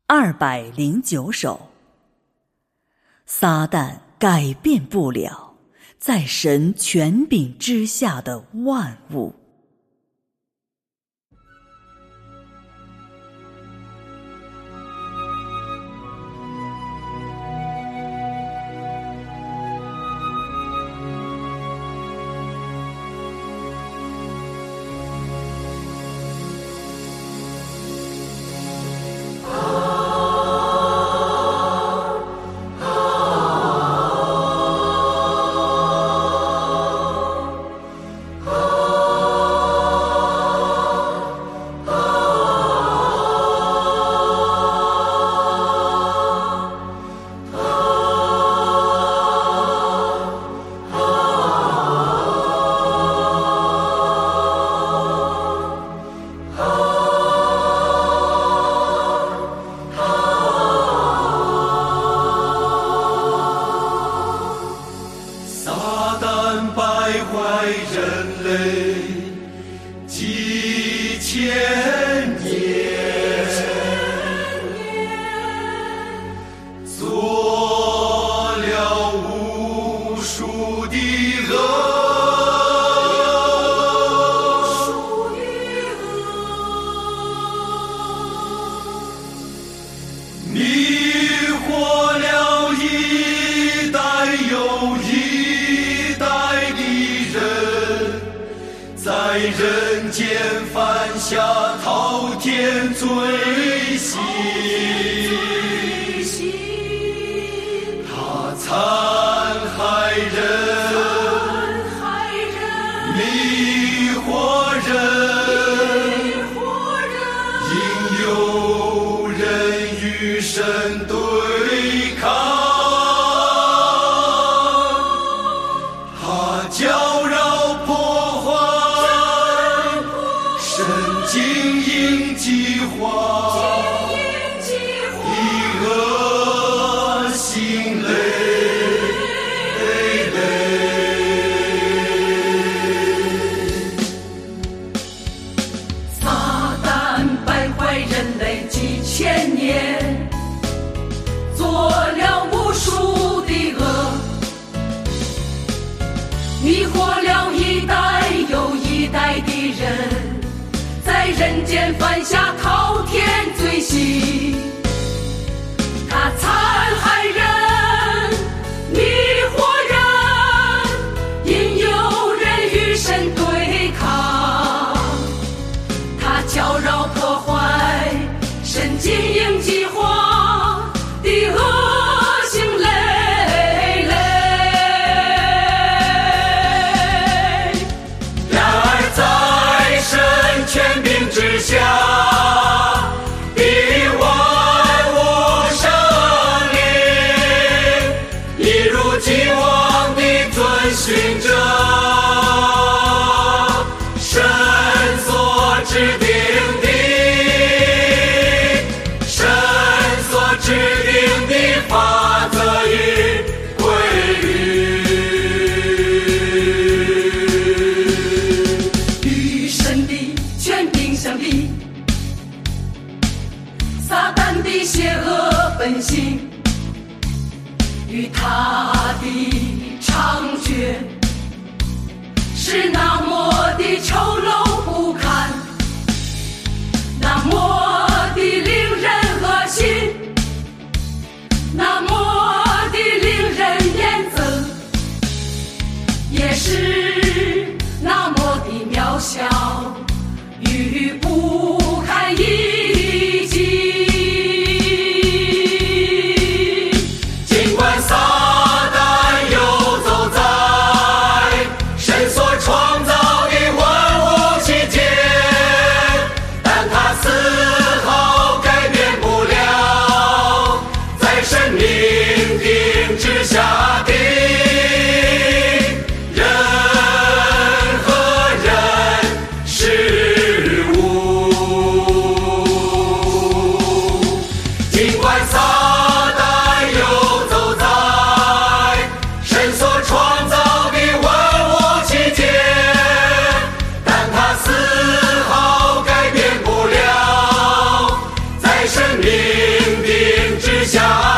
209首。撒旦改变不了在神权柄之下的万物。 败坏人类几千年，做了无数的恶，迷惑了一代又一代的人，在人间犯下滔天罪行。他残害人，迷惑人，引诱人与神对抗。他搅扰破坏神经营计划的恶行累累。 撒旦败坏人类几千年，做了无数的恶，迷惑了一代又一代的人，在人间犯下滔天罪行。他残害人，迷惑人，引诱人与神对抗。他搅扰破坏神经营计划的恶行累累。 然而在神权柄之下的万物生灵，一如既往地遵循着神所制定的法则与规律， 与神的权柄相比，撒旦的邪恶本性与他的猖獗是那么的丑陋不堪，那么的令人恶心，那么的令人厌憎，也是那么的渺小与不堪一击。 尽管撒旦游走在神所创造的万物期间，但他丝毫改变不了在神命定之下的人和人事物。尽管撒旦游走在神所创造的万物期间，但他丝毫改变不了在神命下